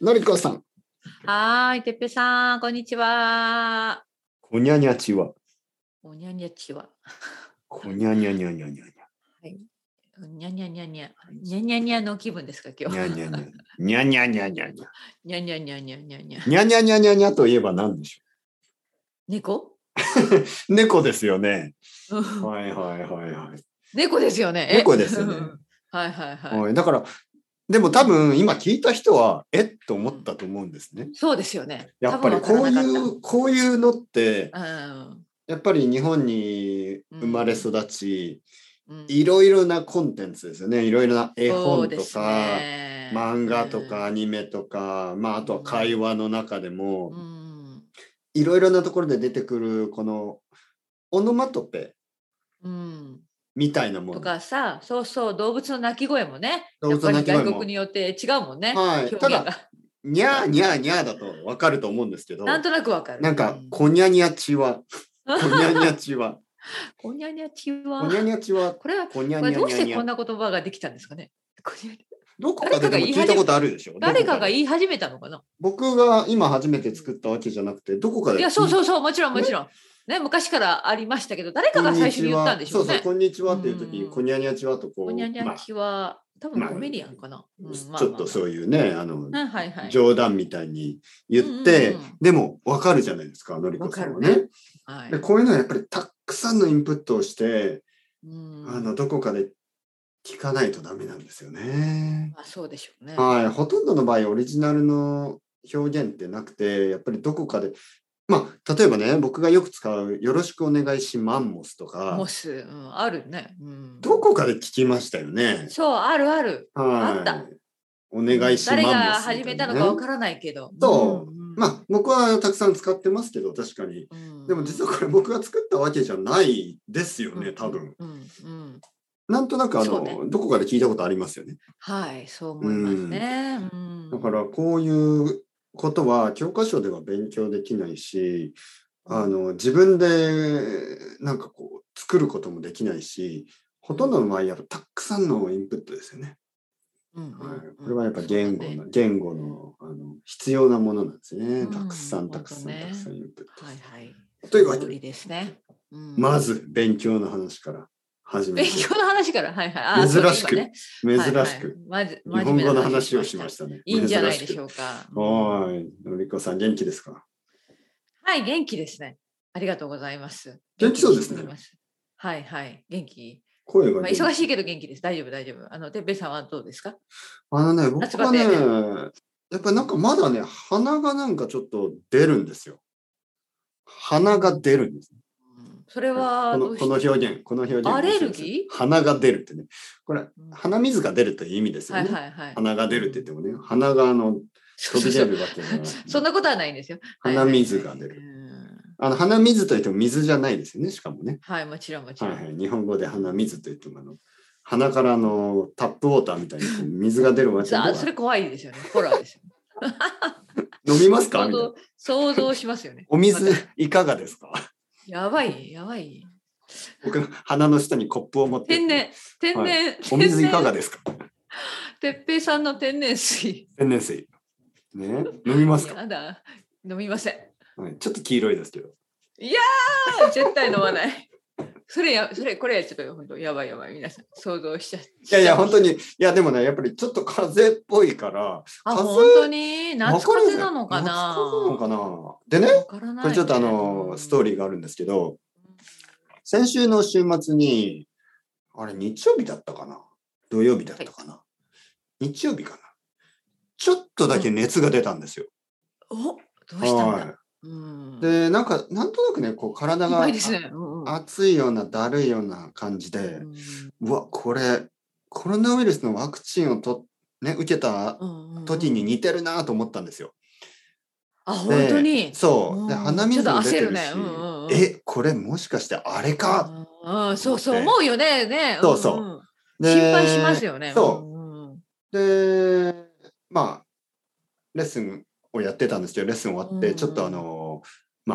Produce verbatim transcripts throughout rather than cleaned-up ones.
のりこさん。 はーい、てっぺさん、こんにちは。 こにゃにゃちは。 おにゃにゃちは。 こにゃにゃにゃにゃにゃにゃ。 はい。にゃにゃにゃにゃ。にゃにゃにゃの気分ですか、今日。 にゃにゃにゃ。にゃにゃにゃにゃにゃ。 にゃにゃにゃにゃにゃにゃ。 にゃにゃにゃにゃにゃといえば何でしょ猫う。猫ですよね。 うんはいはいはいはい。 猫ですよね。え猫ですよね。 はいはいはい。 はい、だから、でも多分今聞いた人は、えっと思ったと思うんですね。 そうですよね。 やっぱりこういう、こういうのって、 うんやっぱり日本に生まれ育ち、 うんいろいろなコンテンツですよね。いろいろな絵本とそうか、 ですね漫画とかうんアニメとか、まああとは会話の中でも、 うんいろいろなところで出てくるこのオノマトペうんみたいなもとの。 かさ、そうそう、動物の鳴き声もね、 動やっぱり物の鳴き声も外国によって違うもんね、 はい。 表ただ、 現が。 にゃーにゃーにゃーだとわかると思うんですけど、 なんとなくわかる。 なんか、 うんこにゃにゃちは、こにゃにゃちは、 こにゃにゃちは。 こにゃにゃちは、 これは、 こにゃこれどうにゃにゃにゃ。 してこんな言葉ができたんですかね。こにゃどこかででも聞いたことあるでしょ。 誰かがどこで言い始めたのかな。 僕が今初めて作ったわけじゃなくて、どこかで聞いいや、そうそうそう、もちろんもちろん。ね、昔からありましたけど、誰かこんにが最初に言ったんちは。そうそう、 でしょうね。 こんにちはっていう時に、 うんこにゃにゃちはとここにゃう、まあ、 にゃちは、多分まあコメディアンかな。うんまあちょっとそういうね、あの、 はいはいはい。 冗談みたいに言って、 うんうんうんでもわかるじゃないですか、のりこさんはね。 わかるねはいでこういうのはやっぱりたくさんのインプットをして、 うんあのどこかで聞かないとダメなんですよね。 まあ、そうでしょうね。 はい、ほとんどの場合オリジナルの表現ってなくて、やっぱりどこかで、まあ例えばね、僕がよく使うよろしくお願いしマンモスとか、 モス、うん、あるね、うん。 どこかで聞きましたよね。 そう、あるある。あった。 はい。お願いしマンモスみたいな、ね。 誰が始めたのかわからないけど。 そう、 うんうん、 まあ僕はたくさん使ってますけど、確かに。 うん、 でも実はこれ僕が作ったわけじゃないですよね、多分。 うんうんうん、 なんとなくあの、ね、どこかで聞いたことありますよね。 はい、そう思いますね。うん、 だからこういうことは教科書では勉強できないし、あの自分でなんかこう作ることもできないし、ほとんどの場合やっぱたくさんのインプットですよね。はい、これはやっぱ言語の、ね、言語の、あの必要なものなんですね。たくさんたくさん、ね、たくさんインプット。 はいはい。 というわけで、 ですね、うん、 まず勉強の話から始め勉強の話から、はいはい。 珍しく、ね、珍しく、はいはい、 まず日本語の話をしましたね。 いいんじゃないでしょうか。 はい、のりこさん元気ですか？ はい、元気ですね。ありがとうございます。 元気そうですね。 はいはい、元気。 声がまあ、忙しいけど元気です。大丈夫大丈夫。あのてっぺいさんはどうですか？ あのね、僕はね、やっぱりなんかまだね、鼻がなんかちょっと出るんですよ。鼻が出るんです、ね。 それはこのこの表現、この表現。 アレルギー？鼻が出るってね。これ、鼻水が出るという意味ですよね。 はいはいはい、 鼻が出るって言ってもね、鼻があの飛び出るわけじゃない。 そんなことはないんですよ。 鼻水が出る。はいはいはい、あの鼻水といっても水じゃないですよね、しかもね。 はい、もちろんもちろん。 はいはい、日本語で鼻水といってもあの鼻からのタップウォーターみたいに水が出るわけでは。 それ怖いですよね。ホラーですよ。 飲みますか？ 想像、想像しますよね。 お水いかがですか？ やばい、やばい。 僕の鼻の下にコップを持って。 天然、天然。はい、 お水いかがですか？ てっぺいさんの天然水。 天然水。ね、飲みますか？ やだ、飲みません。 はい、ちょっと黄色いですけど。 いやー、絶対飲まない。それや、それ、これちょっと本当やばいやばい、皆さん想像しちゃう。いやいや、本当に、いや、でもね、やっぱりちょっと風邪っぽいから、 あ、本当に夏風邪なのかな？ 夏風邪なのかな？でね、ねこれちょっとあの、ストーリーがあるんですけど、先週の週末に、あれ、日曜日だったかな？土曜日だったかな？はい、日曜日かな？ちょっとだけ熱が出たんですよ。 うん、お、どうしたんだ？はいうん、で、なんか、なんとなくね、こう体が熱いような、だるいような感じで、うん、うわ、これ、コロナウイルスのワクチンをと、ね、受けた時に似てるなと思ったんですよ。 あ、本当に？ そう。で、鼻水も出てるし、 ねうんうん、 え、これもしかしてあれか？ あ、そうそう、思うよね。ねそうそう。うんうん、 心配しますよね。 そう。うんうん、で、まあ、レッスンをやってたんですけど、レッスン終わって、ちょっとあの、まあ、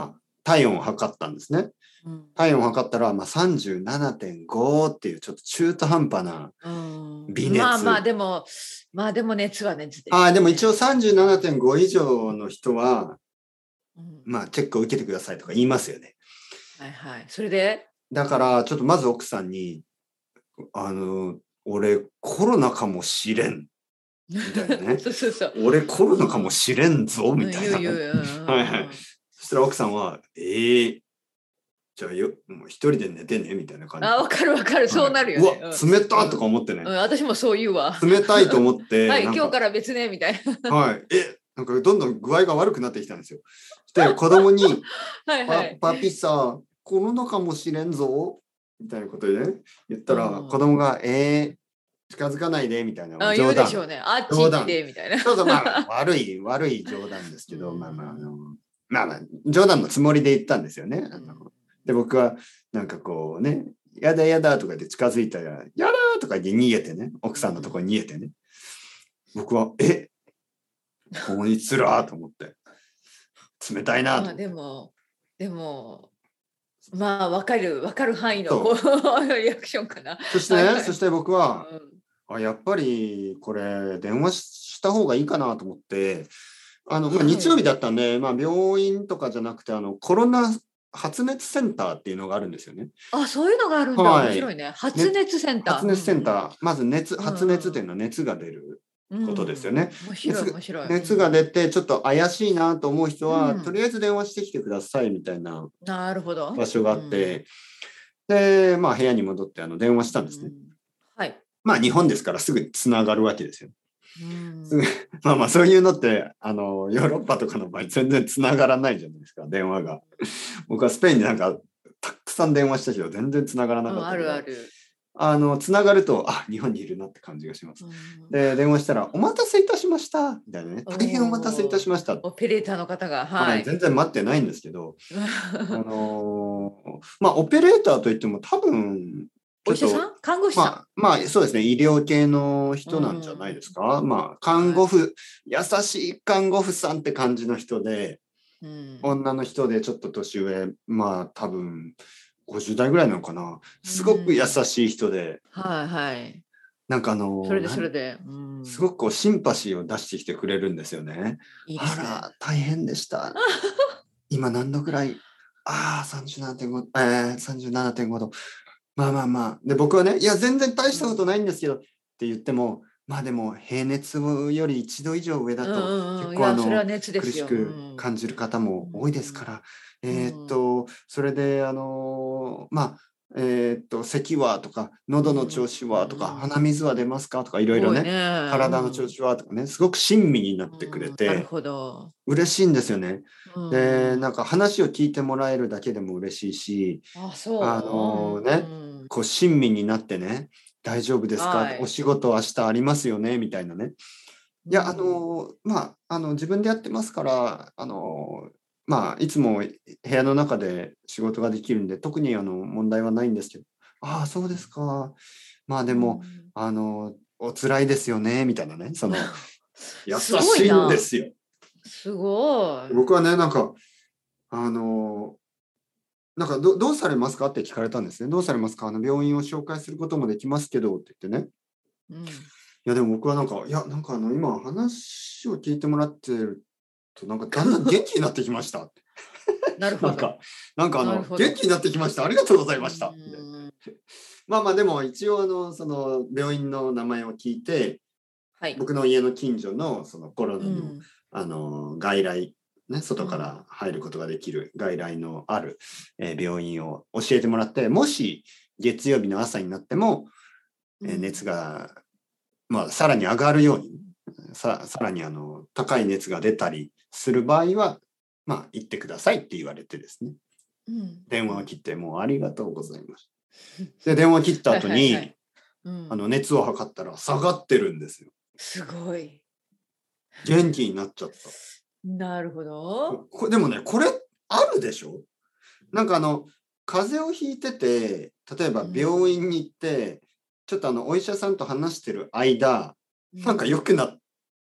体温を測ったんですね。 うん、 体温を測ったら、まあ、さんじゅうななてんご っていうちょっと中途半端な微熱。 まあまあでもまあでも熱は熱です、 ね。あでも一応 さんじゅうななてんご 以上の人は、 うん、 まあチェックを受けてくださいとか言いますよね。 はいはい。それでだからちょっとまず奥さんにあの俺コロナかもしれんみたいなね。 そうそうそう。 俺コロナかもしれんぞみたいな、ね。はいはい。そしたら奥さんはええー、じゃあよもう一人で寝てねみたいな感じ。 あ、わかるわかる、そうなるよね。 うわ冷たとか思ってね、 うんうん。私もそう言うわ。 冷たいと思って。 はい、今日から別ねみたいな。はい。え、なんかどんどん具合が悪くなってきたんですよ。で子供にはいはい、 パパピさコロナかもしれんぞみたいなことでね言ったら、子供がえー近づかないでみたいな、 あ、言うでしょうね。あっち行ってみたいな。 そうそう、まあ悪い悪い冗談ですけど、まあまああのまあまあ冗談のつもりで言ったんですよね。あので僕はなんかこうね、やだやだとか言って近づいたら、やだとか言って逃げてね、奥さんのところに逃げてね。僕はえ、こいつらと思って冷たいなと思って。 でもでも。まあ、わかる、わかる範囲のこうリアクションかな。 そしてね、はいはい、そして僕は、うん、あ、やっぱりこれ電話した方がいいかなと思って、あの、まあ、日曜日だったんで、はい、まあ、病院とかじゃなくて、あの、コロナ発熱センターっていうのがあるんですよね。 あ、そういうのがあるんだ。はい、面白いね。発熱センター。 発熱センター。まず熱、発熱っていうのは熱が出ることですよね。 うん、面白い面白い。 熱が出てちょっと怪しいなと思う人は、うん、とりあえず電話してきてくださいみたいな場所があって、うん、で、まあ部屋に戻ってあの電話したんですね。うん、 はい。 まあ日本ですからすぐつながるわけですよ。うん、まあまあそういうのってあのヨーロッパとかの場合全然つながらないじゃないですか、電話が。僕はスペインでなんかたくさん電話したけど全然つながらなかったけど、うん、あるある。あのつながるとあ日本にいるなって感じがします。うん、で電話したらお待たせいたしましたみたいなね、大変お待たせいたしました。 オペレーターの方が、はい、 はい、全然待ってないんですけど、あのー、まあオペレーターといっても多分お医者さん、看護師さん、 まあ、まあそうですね、医療系の人なんじゃないですか。うん、まあ看護婦、はい、優しい看護婦さんって感じの人で、うん、女の人でちょっと年上、まあ多分ごじゅう代ぐらいなのかな。すごく優しい人で、 うん、はいはい。 なんかあのそれでそれで、 うん、すごくこうシンパシーを出してきてくれるんですよね。いいですね。あら大変でした。今何度ぐらい？ああ さんじゅうななてんご、えー、さんじゅうななてんごど。まあまあまあ。で僕はね、いや全然大したことないんですけど、うん、って言っても、まあでも平熱よりいちど以上上だと、うんうん、結構あの苦しく感じる方も多いですから、うん、えー、っとそれであのまあえー、っと咳はとか喉の調子はとか、うん、鼻水は出ますかとかいろいろね、体の調子はとかね、すごく親身になってくれて、うん、なるほど、嬉しいんですよね。うん、でなんか話を聞いてもらえるだけでも嬉しいし、あ、そう、あのね、うん、こう親身になってね、大丈夫ですか、はい、お仕事明日ありますよねみたいなね。いや、あのまああの自分でやってますからあのまあいつも部屋の中で仕事ができるんで特にあの問題はないんですけど、ああそうですか、まあでも、うん、あのお辛いですよねみたいなね、その優しいんですよ。 すごい。 僕はねなんかあのなんか ど, どうされますかって聞かれたんですね。どうされますか、あの病院を紹介することもできますけどって言ってね。うん、いやでも僕はなんかいやなんかあの今話を聞いてもらってるとなんかだんだん元気になってきましたって。 なるほど。 なんかなんかあの元気になってきました。ありがとうございました。まあまあでも一応あのその病院の名前を聞いて、はい、僕の家の近所のそのコロナの、うん、あの外来ね、外から入ることができる外来のある、えー、病院を教えてもらって、もし月曜日の朝になっても、えー、熱が、まあ、さらに上がるように さ, さらにあの高い熱が出たりする場合は、まあ、行ってくださいって言われてですね、うん、電話を切ってもうありがとうございましたで電話を切った後にはいはい、はい、うん、あの熱を測ったら下がってるんですよ。 すごい元気になっちゃった。 なるほど。 こでもね、これあるでしょ。なんかあの風邪をひいてて、例えば病院に行って、うん、ちょっとあのお医者さんと話してる間、なんか良くなっ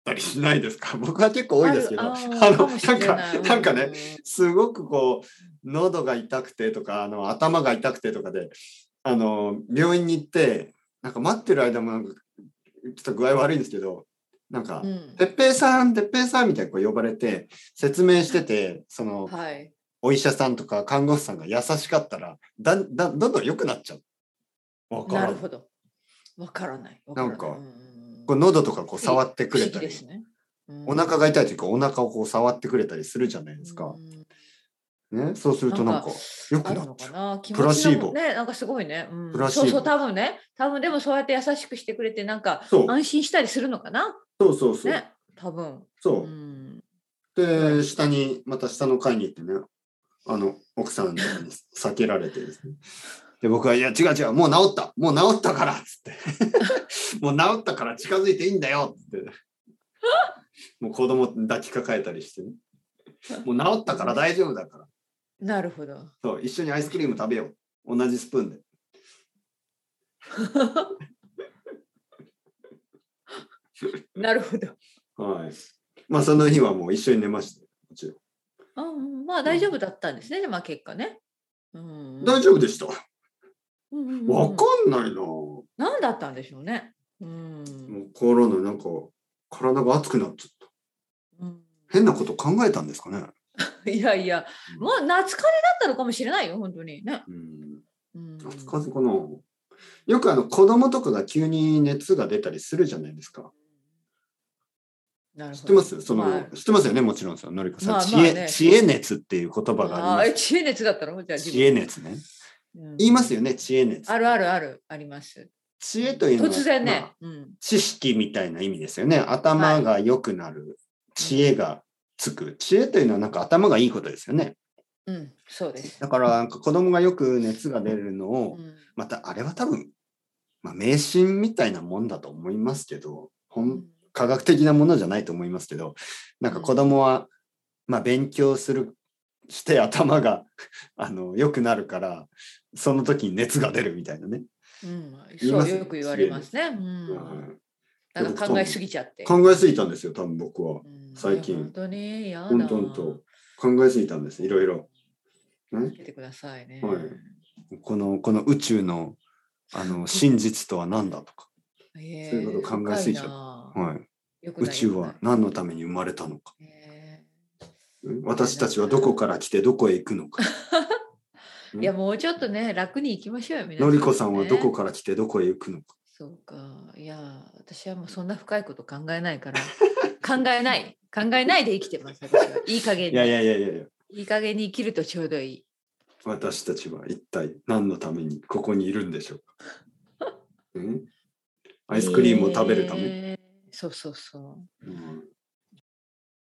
たりしないですか？僕は結構多いですけど、ああの、 あ、かもしなんか、 れない。 なんかね、 うんすごくこう、喉が痛くてとか、あの、頭が痛くてとかで、あの、病院に行って、なんか待ってる間もなんか、ちょっと具合悪いんですけど、なんか、 うん。 てっぺいさん、てっぺいさんみたいにこう呼ばれて、説明してて、その、 はい。 お医者さんとか看護師さんが優しかったら、だんだんどんどん良くなっちゃう。わからない。 なるほど。わからない。わからない。うなんか、 ん。 こう喉とかこう不思議、 触ってく不思れたり、 議ですね。うお腹がん。 痛いというかお腹をこう触ってくれたりするじゃないですか。 うんね、そうするなんかとなんか良くあるのなっちゃう。 かな、気プ持ちラシーボ、 のね、なんかすごいね。 プうん、そうそう、 ラシーボ。 多分ね、多分でもそうやって優しくしてくれて、なんかそう、 安心したりするのかな。 そうそうそう。 ね、多分。うそん、 う。で、 素晴らしい。 下に、また下の階に行ってね、あの、奥さんとかに避けられてですね。で、僕は、いや、違う違う、もう治った、もう治ったからっつって。もう治ったから近づいていいんだよっつって。もう子供抱きかかえたりしてね。もう治ったから大丈夫だから。 なるほど。 そう、一緒にアイスクリーム食べよう。同じスプーンで。 なるほど。 はい。まあ、その日はもう一緒に寝ました。もちろん。 あうんまあ大丈夫だったんですね、まあ結果ね。うんうん大丈夫でした。 うんうんうんわかうん。 んないな。も何だったんでしょうね。うん。 う変わらない。なんか、体が熱くなっちゃった。 うん変なこと考えたんですかね。 いやいや、もう夏風邪だったのかもしれないよ、本当にね。 うん。 うん夏風邪かな。よくあの子供とかが急に熱が出たりするじゃないですか。 なるほど。 知ってますその、 まあ、 知ってますよね、もちろんさ、のりこさん。 まあ知恵、 まあね。 知恵熱っていう言葉がありああ、えます。 知恵熱だったのじゃあ自知恵分。 熱ね。 うん言いますよね、知恵熱。 あるあるある、あります。 知恵というのは、 突然まあ、 ね。うん。 知識みたいな意味ですよね。 はい。 頭が良くなる。知恵うん。 がつく。知恵というのはなんか頭がいいことですよね。 うん、そうです。 だからなんか子供がよく熱が出るのを、 うん。 またあれは多分、まあ、迷信みたいなもんだと思いますけど、本うん科学的なものじゃないと思いますけど、なんか子供は、まあ、勉強するして頭があの良くなるから、その時に熱が出るみたいなね。 うん、そう、 言いますよね。 よく言わ知恵です。 れますね。うはん。 い。で、 なんか考えす僕多分ぎちゃって。 考えすぎたんですよ、多分僕は。 うん、いや、 最近。 本当に嫌ほんだ。 とほんと。考えすぎたんです、いろいろ。ね。 つけてくださいはね。 い。この、この宇宙の、あの、真実とは何だとか。そういうえー、 ことを考え深いすぎちゃった。 な。 はい。 よく宇宙ないよくない。 は何のために生まれたのか。 え私たちはどこから来てどこへ行くのか。 ー、いや、もうちょっとね、楽に行きましょうよ、皆のりこさん、 さんはどこね。 から来てどこへ行くのか。 そうか。いや、私はもうそんな深いこと考えないから、考えない。考えないで生きてます、私は。いい加減いやいに。 やいやいやいや。 いい加減に生きるとちょうどいい。 私たちは一体何のためにここにいるんでしょうか。うん、アイスクリームを食べるため。 えー、そうそうそう。 うん